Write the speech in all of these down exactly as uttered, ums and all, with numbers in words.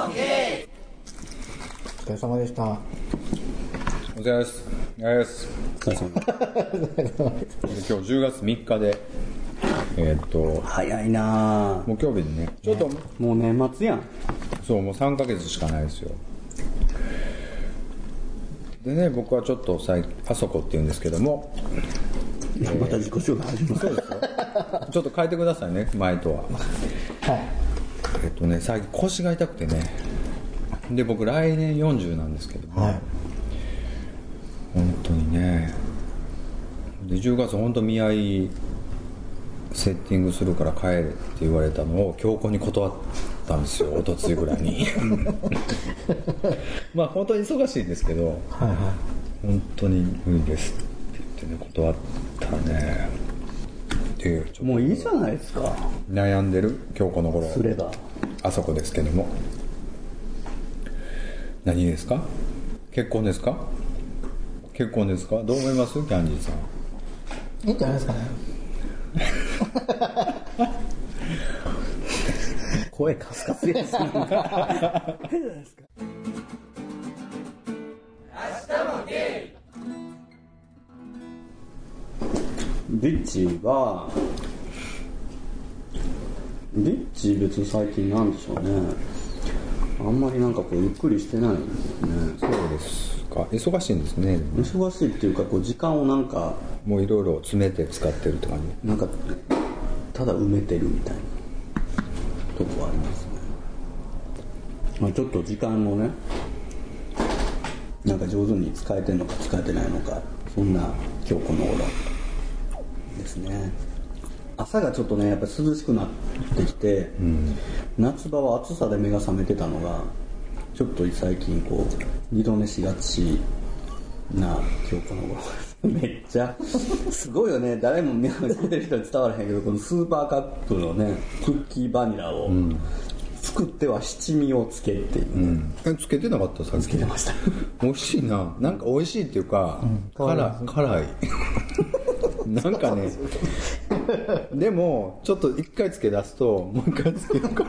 お疲れ様でした。 お疲れ様です。お疲れ様です。お疲れ様です。今日じゅうがつみっかで、えー、っと早いなぁ。 木曜日にね、ちょっと、ね、 もう年末やん。 そう、もうさんかげつしかないですよ。でね、僕はちょっと最あそこって言うんですけども、 えー、また自己紹介始まる。 そうですよ。ちょっと変えてくださいね、前とは。はい。えっとね、最近腰が痛くてね、で僕来年よんじゅうなんですけども、はい、本当にね、でじゅうがつ本当見合いセッティングするから帰れって言われたのを強硬に断ったんですよ、一昨日ぐらいに。まあ本当に忙しいんですけど、はいはい、本当に無理ですって言ってね、断ったね。でもういいじゃないですか。 悩んでる今日この頃すればあそこですけども、何ですか？結婚ですか？結婚ですか？どう思います？キャンディーさん。 いいんじゃないですかね。 声カスカスですなんか。明日もゲイ。リッチーはリッチー別に最近なんでしょうね、あんまりなんかこうゆっくりしてないんですよね。 そうですか。忙しいんですね。 忙しいっていうか、こう時間をなんかもういろいろ詰めて使ってるって感じ。 なんかただ埋めてるみたいなとこはありますね。まあ、ちょっと時間もね、なんか上手に使えてるのか使えてないのか、そんな今日この頃ですね。朝がちょっとねやっぱり涼しくなってきて、うん、夏場は暑さで目が覚めてたのがちょっと最近こう二度寝しがちな今日この頃めっちゃすごいよね。誰も見てる人に伝わらへんけど、このスーパーカップのねクッキーバニラを作っては七味をつけっていう、ね、 うん、つけてなかった？さっきつけてました。 美味しいな。なんか美味しいっていうか、うん、辛い辛いなんかねでもちょっと一回つけ出すともう一回つけるから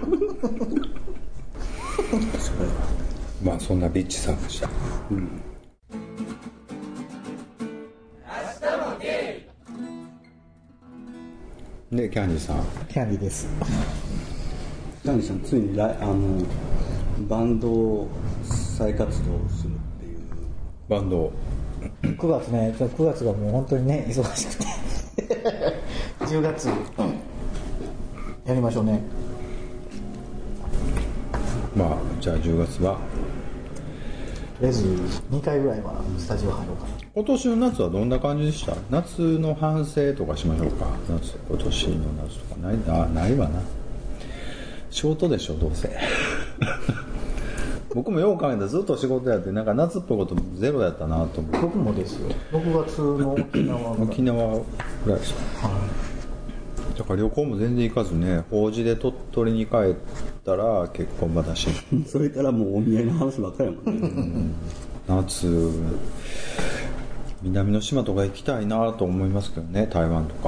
まあそんなビッチさんでした、うん。明日もゲイでキャンディーさん。 キャンディーです。 キャンディーさんついにあのバンドを再活動するっていう。 バンドくがつね、くがつがもう本当にね忙しくてじゅうがつ、うん、やりましょうね。 まあじゃあじゅうがつはとりあえずにかいぐらいはスタジオ入ろうかな。 今年の夏はどんな感じでした？夏の反省とかしましょうか。夏今年の夏とかない？あ、ないわな。仕事でしょどうせ僕もよう考えたらずっと仕事やって、なんか夏っぽいことゼロやったなと思って。 僕もですよ。ろくがつの沖縄沖縄ぐらいですか、はい、だから旅行も全然行かずね、法事で鳥取に帰ったら結婚話それからもうお見合いの話ばっかりやもんね、うん、 夏南の島とか行きたいなと思いますけどね、台湾とか、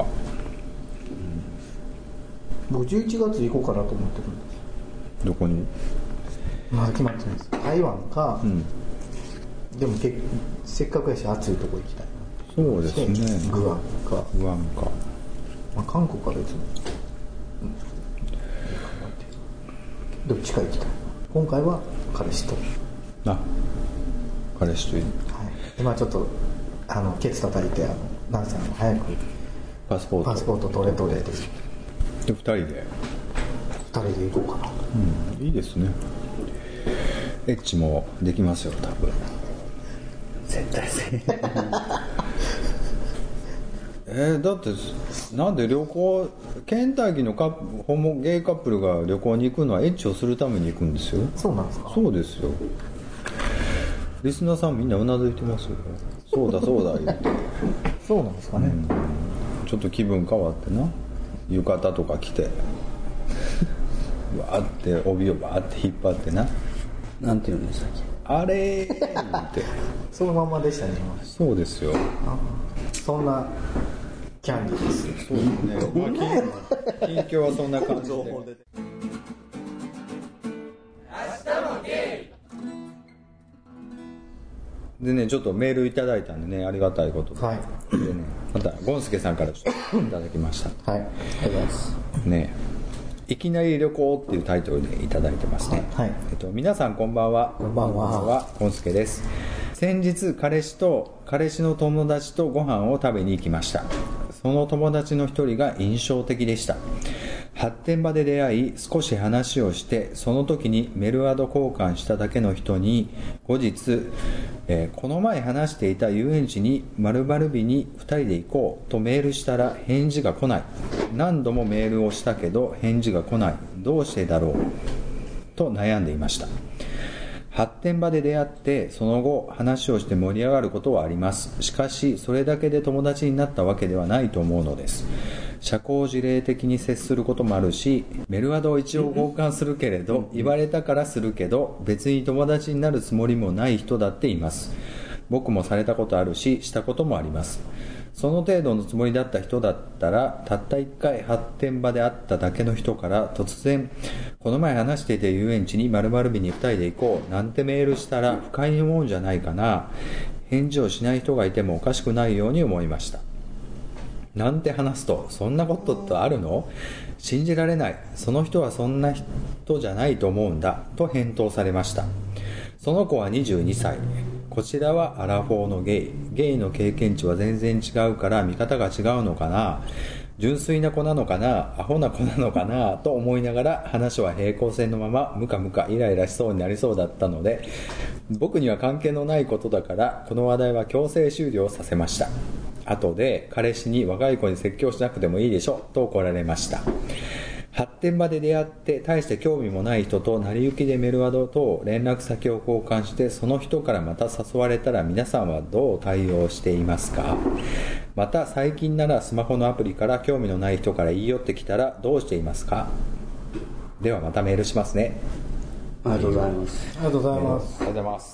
うん、僕じゅういちがつ行こうかなと思ってるんです。 どこに？ まだ決まってないです。台湾か、うん、でもけせっかくやし暑いとこ行きたいな。 そうですね。 グアムかグアムか、 まあ、韓国は別に、うん、どっちか行きたいな。今回は彼氏と。 あ、彼氏といい、はい、 今ちょっとあのケツ叩いて、あのナンさんも早くパスポートパスポート取れ取れです。 でふたりでふたりで行こうかな。 うん、いいですね。エッチもできますよ多分。 絶対せえー、だってなんで旅行、ケンタッキーのカップホモゲイカップルが旅行に行くのはエッチをするために行くんですよ。 そうなんですか？ そうですよ。リスナーさんみんなうなずいてますよ。そうだそうだ言ってそうなんですかね、うん、 ちょっと気分変わってな、浴衣とか着てわーって帯をバーって引っ張ってな、 なんていうんでしたっけ、 あれーってそのまんまでしたね。 そうですよ。 あ、そんなキャンディーです。 そうですね、まあ、近況はそんな感じで。 でねちょっとメールいただいたんでねありがたいことで、 はい、 でねまたゴンスケさんからちょっといただきましたはい、ありがとうございますね。いきなり旅行っていうタイトルでいただいてますね、 はい、 えっと、皆さんこんばんは。 こんばんは。 ゴンスケです。先日彼氏と彼氏の友達とご飯を食べに行きました。その友達の一人が印象的でした。発展場で出会い少し話をしてその時にメルアド交換しただけの人に後日、えー、この前話していた遊園地に〇〇日にふたりで行こうとメールしたら返事が来ない。何度もメールをしたけど返事が来ない。どうしてだろうと悩んでいました。発展場で出会ってその後話をして盛り上がることはあります。しかしそれだけで友達になったわけではないと思うのです。社交辞令的に接することもあるしメルアドを一応交換するけれど言われたからするけど別に友達になるつもりもない人だっています。僕もされたことあるししたこともあります。その程度のつもりだった人だったらたったいっかい発展場で会っただけの人から突然この前話していた遊園地に〇〇日にふたりで行こうなんてメールしたら不快に思うんじゃないかな。返事をしない人がいてもおかしくないように思いました。なんて話すとそんなことってあるの？信じられない。その人はそんな人じゃないと思うんだと返答されました。その子はにじゅうにさい。こちらはアラフォーのゲイ。ゲイの経験値は全然違うから見方が違うのかな。純粋な子なのかな、アホな子なのかなと思いながら話は平行線のままムカムカイライラしそうになりそうだったので僕には関係のないことだからこの話題は強制終了させました。後で彼氏に若い子に説教しなくてもいいでしょと怒られました。発展場で出会って大して興味もない人と成り行きでメルアドと連絡先を交換してその人からまた誘われたら皆さんはどう対応していますか？また最近ならスマホのアプリから興味のない人から言い寄ってきたらどうしていますか？ではまたメールしますね。 ありがとうございます。 ありがとうございます。 ありがとうございます。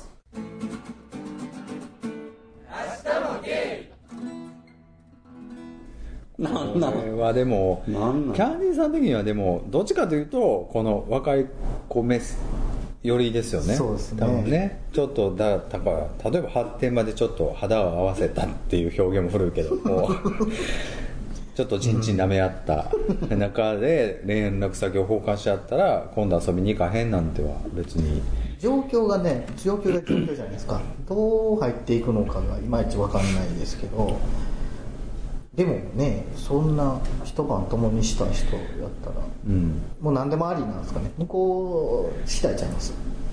なんなんこれはでもなんなんキャンディーさん的にはでもどっちかというとこの若い子目よりですよね。 そうですね。 多分ねちょっとだだから例えば発展までちょっと肌を合わせたっていう表現も古いけどもちょっとチンチン舐め合った中で連絡先を交換し合ったら今度遊びに行かへんなんては別に状況がね状況が状況じゃないですか。どう入っていくのかがいまいち分かんないですけどでもねそんな一晩共にした人やったら、うん、もう何でもありなんですかね。向こう次第ちゃいます。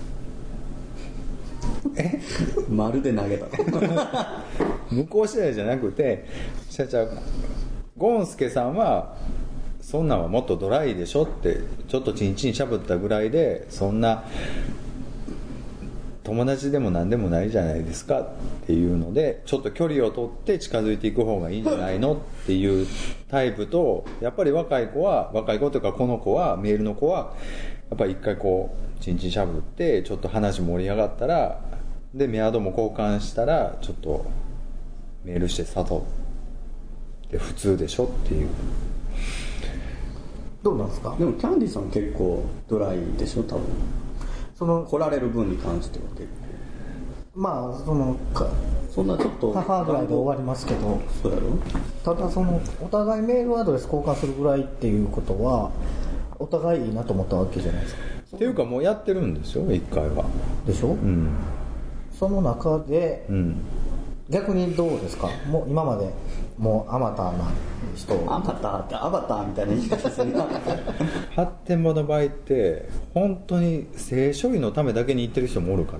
えまるで投げた向こう次第じゃなくて社長ゴンスケさんはそんなんはもっとドライでしょってちょっとチンチンしゃぶったぐらいでそんな友達でも何でもないじゃないですかっていうのでちょっと距離を取って近づいていく方がいいんじゃないのっていうタイプとやっぱり若い子は若い子というかこの子はメールの子はやっぱり一回こうチンチンしゃぶってちょっと話盛り上がったらでメアドも交換したらちょっとメールして誘って普通でしょっていう。 どうなんですか？ でもキャンディーさん結構ドライでしょ多分。 その来られる分に関しては結構まあそのかそんなちょっと母ぐらいで終わりますけどそうやろ。 ただそのお互いメールアドレス交換するぐらいっていうことはお互いいいなと思ったわけじゃないですか。 っていうかもうやってるんですよいっかいは。 でしょ、うん、その中で、うん、逆にどうですか？もう今までもうアマターな人アマターってアバターみたいな言い方するな発展場の場合って本当に性処理のためだけに行ってる人もおるから。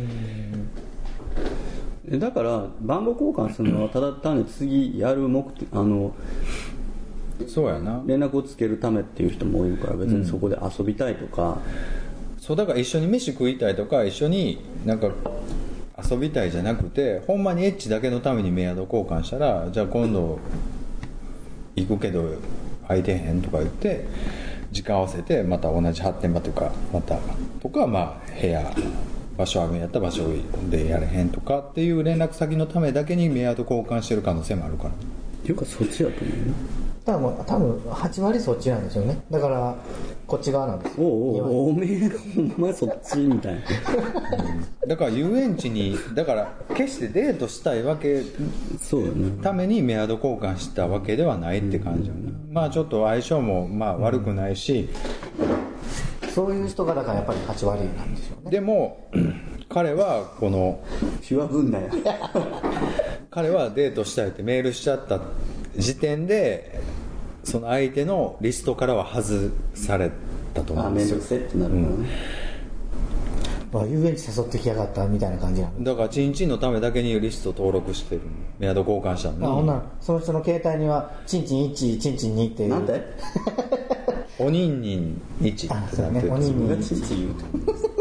うんだから番号交換するのはただ単に次やる目的あのそうやな連絡をつけるためっていう人もいるから別にそこで遊びたいとか、 うん、そうだから一緒に飯食いたいとか一緒になんか遊びたいじゃなくてほんまにエッチだけのためにメアド交換したらじゃあ今度行くけど空いてへんとか言って時間合わせてまた同じ発展場とかまたとかまあ部屋場所あるんやったら場所でやれへんとかっていう連絡先のためだけにメアド交換してる可能性もあるから。 っていうかそっちだと思うよ。 だからもう多分はち割そっちなんですよね。だからこっち側なんですよ。 おおおめえほんまそっちみたいな、 うん、だから遊園地にだから決してデートしたいわけそうよねためにメアド交換したわけではないって感じよね、うん、まあちょっと相性もまあ悪くないし、 うん、そういう人がだからやっぱりはち割なんですよね。 でも彼はこのピュア分だよ彼はデートしたいってメールしちゃった時点でその相手のリストからは外されたと思うんですよ。 あ、面倒くせってなるからね、 うん、遊園地誘ってきやがったみたいな感じなの。 だからチンチンのためだけにリスト登録してるメアド交換したのに、 あ、ほんならその人の携帯にはチンチンいち、チンチンにっていう。 なんでおにんにんいちってなってる。 あ、そうね、おにんにんいちチンチン言うて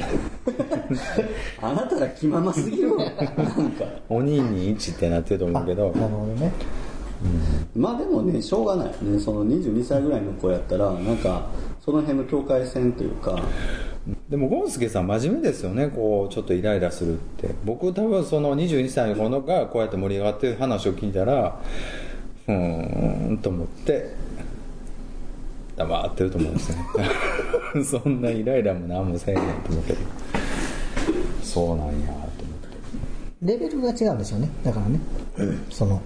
あなたが気まますぎるわなんかおにんにんいちってなってると思うけど、 なるほどね、 うん、まあでもねしょうがないね。そのにじゅうにさいぐらいの子やったらなんかその辺の境界線というか。 でもゴンスケさん真面目ですよね。こうちょっとイライラするって。僕多分そのにじゅうにさいの子がこうやって盛り上がってる話を聞いたらうーんと思って黙ってると思うんですねそんなイライラも何もせえへんと思うけど、そうなんやと思って。 レベルが違うんですよね。だからね、うん、その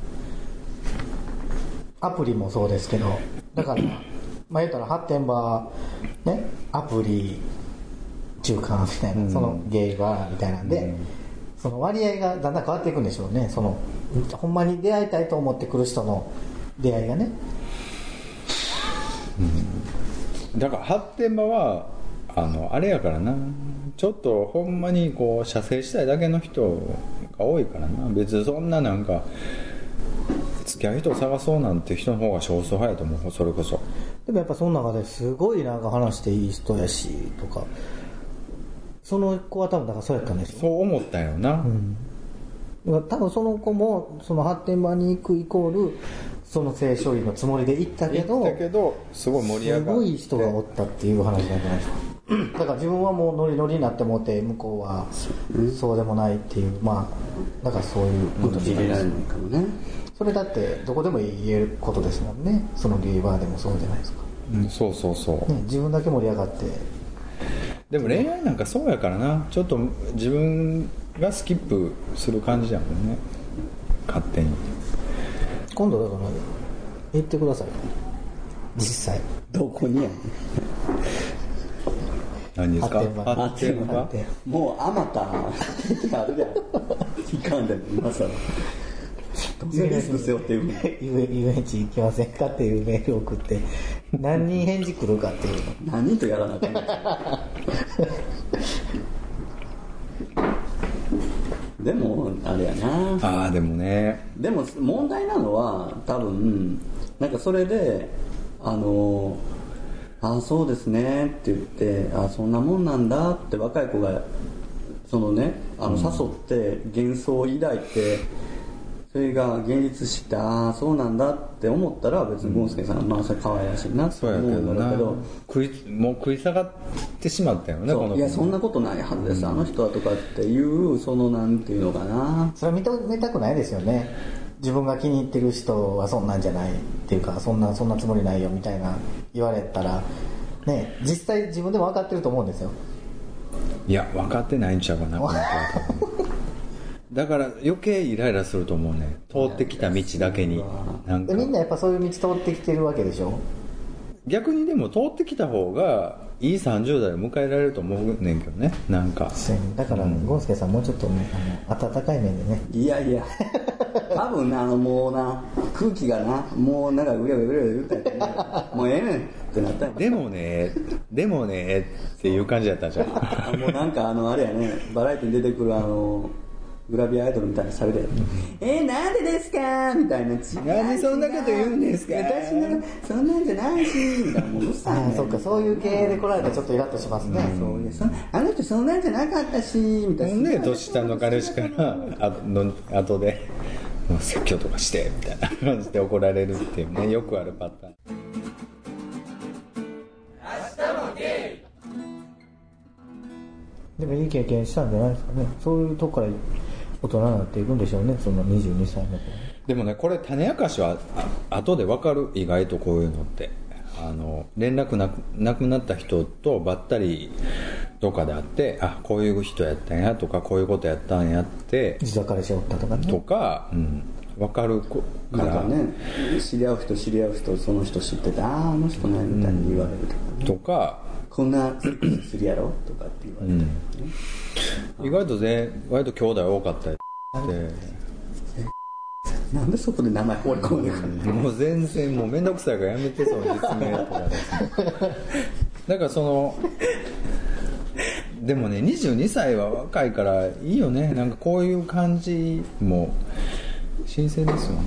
アプリもそうですけど、だからまあ言うたら発展場ね、アプリ中間みたいな、うん、そのゲイバーみたいなんで、うん、その割合がだんだん変わっていくんでしょうね。そのほんまに出会いたいと思ってくる人の出会いがね、 うん、だから発展場はあのあれやからな、ちょっとほんまにこう射精したいだけの人が多いからな。別にそんななんか付き合う人を探そうなんて人の方が少数派やと思う。それこそでもやっぱその中ですごいなんか話していい人やしとか、その子は多分だからそうやったんですよ。 そう思ったよな、うん、 だから多分その子もその発展場に行くイコールその性処理のつもりで行ったけど、 行ったけどすごい盛り上がってすごい人がおったっていう話なんじゃないですかだから自分はもうノリノリになって思って向こうはそうでもないっていう、まあだからそういうことじゃないですかね。 それだってどこでも言えることですもんね。そのゲイバーでもそうじゃないですか、 うん、そうそうそう、 ね、自分だけ盛り上がって。 でも恋愛なんかそうやからな、ちょっと自分がスキップする感じやもんね、勝手に。 今度だから言ってください、実際どこにやねん何ですか。 発展場もうあまたあるじゃんいかんでも今更どんなリスク背負ってる遊園地行きませんかっていうメールを送って何人返事来るかっていう何人とやらなきゃいけないでもあれやなあーでもね、 でも問題なのは多分なんかそれであのああそうですねって言ってあそんなもんなんだって若い子がそのねあの誘って幻想を抱いてそれが現実してああそうなんだって思ったら別にゴンスケさんはまあそれ可愛らしいなって思うんだけど、 食いもう食い下がってしまったよねこの子。 いやそんなことないはずです、うん、あの人はとかっていうそのなんていうのかな、 それは認めたくないですよね。自分が気に入ってる人はそんなんじゃないっていうかそんなそんなつもりないよみたいな言われたらね、実際自分でも分かってると思うんですよ。 いや分かってないんちゃうかなこの子はだから余計イライラすると思うね。通ってきた道だけになんかみんなやっぱそういう道通ってきてるわけでしょ。 逆にでも通ってきた方がいいさんじゅう代を迎えられると思うねんけどね。なんかだから、ね、うん、ゴンスケさんもうちょっとねあの温かい面でね。 いやいや多分なあのもうな空気がなもうなんかうやうやうや言うたやつもうええねんってなったよ。 でもねでもねっていう感じだったじゃんもうなんかあのあれやねバラエティに出てくるあのグラビアアイドルみたいな喋りでえー、なんでですかみたいな。 なんでそんなこと言うんですか。 私はそんなんじゃないしみたいな。もううっさい、ね、 あそっかそういう系で来られたらちょっとイラッとしますね、うん、 そうです。あの人そんなんじゃなかったしみたいな。 ほんで年下の彼氏からあの後でもう説教とかしてみたいな感じで怒られるっていうね、よくあるパターン。 でもいい経験したんじゃないですかね。そういうとこから大人になっていくんでしょうね、そのにじゅうにさいの子。 でもねこれ種明かしはあ後で分かる、意外とこういうのってあの連絡なくなくなった人とばったりとかであって、あこういう人やったんやとかこういうことやったんやって実は彼氏おったとかねとか、うん、分かるかなんらかね知り合う人知り合う人その人知ってて、あああの人ねみたいに言われるとか、ね、 とかこんなするやろとかって言われて、ねうん、意外とね割と兄弟多かったりしてなんでそこで名前放り込んでくるの、 もう全然もう面倒くさいからやめてその実名とかですねだからそのでもねにじゅうにさいは若いからいいよね、なんかこういう感じも新鮮ですよね。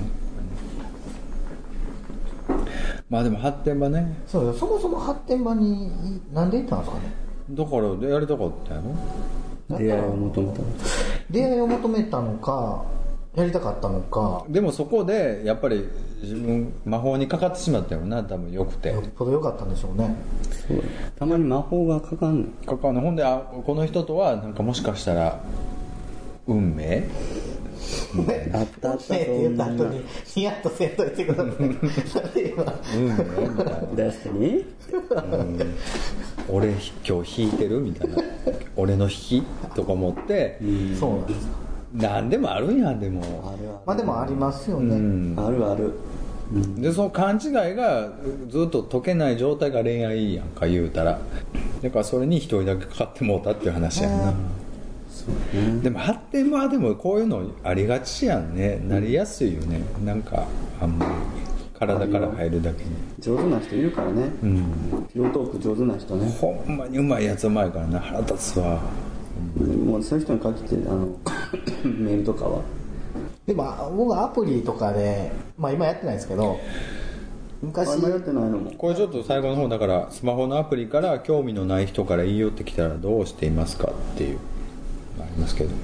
まあでも発展場ね、 そうよ、そもそも発展場になんで行ったんですかね。 だからやりたかったやろ、 出会いを求めたの出会いを求めたのかやりたかったのか。 でもそこでやっぱり自分魔法にかかってしまったよな、多分よくてよっぽど良かったんでしょうね。 そうたまに魔法がかかんのかかんの。ほんであこの人とはなんかもしかしたら運命あったあった、そって言っんなた後にニヤッとせんといてください例えば運命みたいな確かに、 うん、俺今日弾いてるみたいな、俺の弾きとか思って、 うん、 そうなんですか。 何でもあるんやん。でもあるある、 まあでもありますよね、 うん、 あるある、うん、 でその勘違いがずっと解けない状態が恋愛やんか言うたら、だからそれに一人だけかかってもうたっていう話やんな。 そうね、 でも発展はでもこういうのありがちやんね、なりやすいよね、なんかあんまり体から入るだけに上手な人いるからね、 うん、 ピロートーク上手な人ね、 ほんまにうまいやつうまいからな、腹立つわ。 もうそういう人に限ってあのメールとかはでも僕はアプリとかで、まあ今やってないですけど昔あんまやってないのもこれちょっと最後の方だから、スマホのアプリから興味のない人から言い寄ってきたらどうしていますかっていうのありますけど、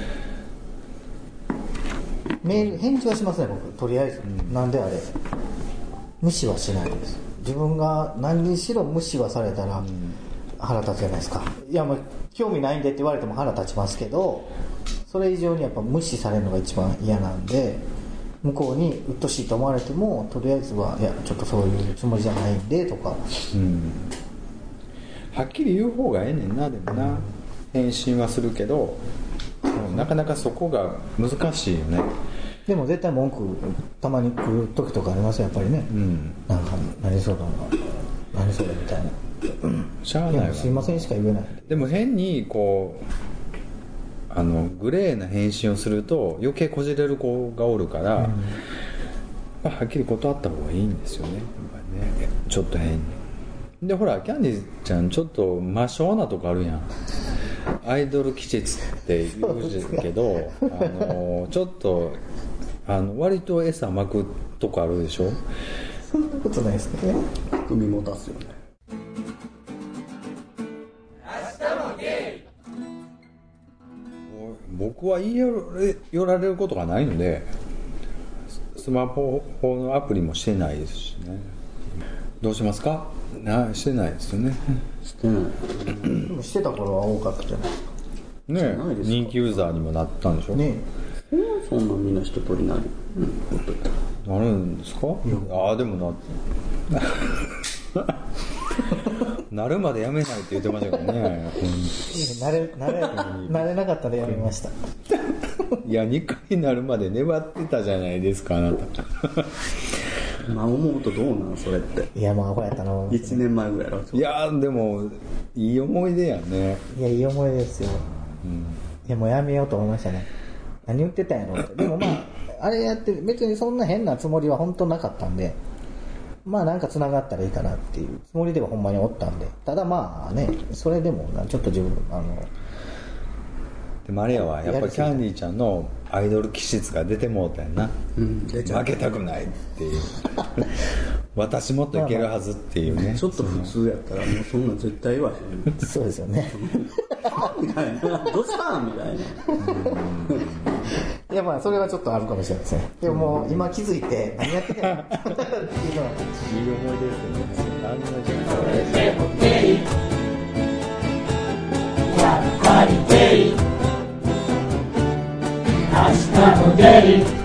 メール返事はしますね僕とりあえず、うん、なんであれ無視はしないです。自分が何にしろ無視はされたら腹立つじゃないですか。いやもう興味ないんでって言われても腹立ちますけど、それ以上にやっぱ無視されるのが一番嫌なんで、向こうに鬱陶しいと思われてもとりあえずはいやちょっとそういうつもりじゃないんでとか、 うん、はっきり言う方がええねんな。でもな、うん、返信はするけどなかなかそこが難しいよね。 でも絶対文句たまに来る時とかありますよやっぱりね、うん、なんか何そうだな何それみたいな、うん、 しゃあないわ。 すいませんしか言えない。 でも変にこうあのグレーな返信をすると余計こじれる子がおるから、うん、はっきり断った方がいいんですよね、やっぱりね、ちょっと変に。でほらキャンディーちゃんちょっと魔性なとこあるやん、アイドル気質って言うけどあのちょっとあの割と餌まくとこあるでしょ。 そんなことないですけどね、 首も出すよね。 僕は言い寄られることがないのでスマホのアプリもしてないですしね。どうしますか？なしてないですよね。 してないでもしてた頃は多かったじゃないですかねえ、人気ユーザーにもなったんでしょね。 そんなみんな一通りなる、 うん、なるんですか？ああでもななるまでやめないって言ってましたけどね。 なれなれなれなかったでやめましたいやにかいになるまで粘ってたじゃないですかあなたまあ思うとどうなんそれって。 いやまあアホやったな。 いちねんまえぐらいやろ。 いやでもいい思い出やね。 いやいい思い出ですよ、うん、いやもうやめようと思いましたね。何言ってたんやろって。でもまああれやって別にそんな変なつもりは本当なかったんで、まあなんか繋がったらいいかなっていうつもりではほんまにおったんで、ただまあねそれでもちょっと自分あのでもあれやわ、やっぱりキャンディーちゃんのアイドル気質が出てもうたやな、うん、負けたくないっていう私もっといけるはずっていうね、まあまあ、 ちょっと普通やったらもうそんなん絶対言わへんそうですよねみたいなどうしたんみたいな。 いやまあそれはちょっとあるかもしれないですね。でももう今気づいて何やってたのっていうのはいい思い出ですよね。あんなじゃそれでもゲイやっぱりゲイ明日もゲイ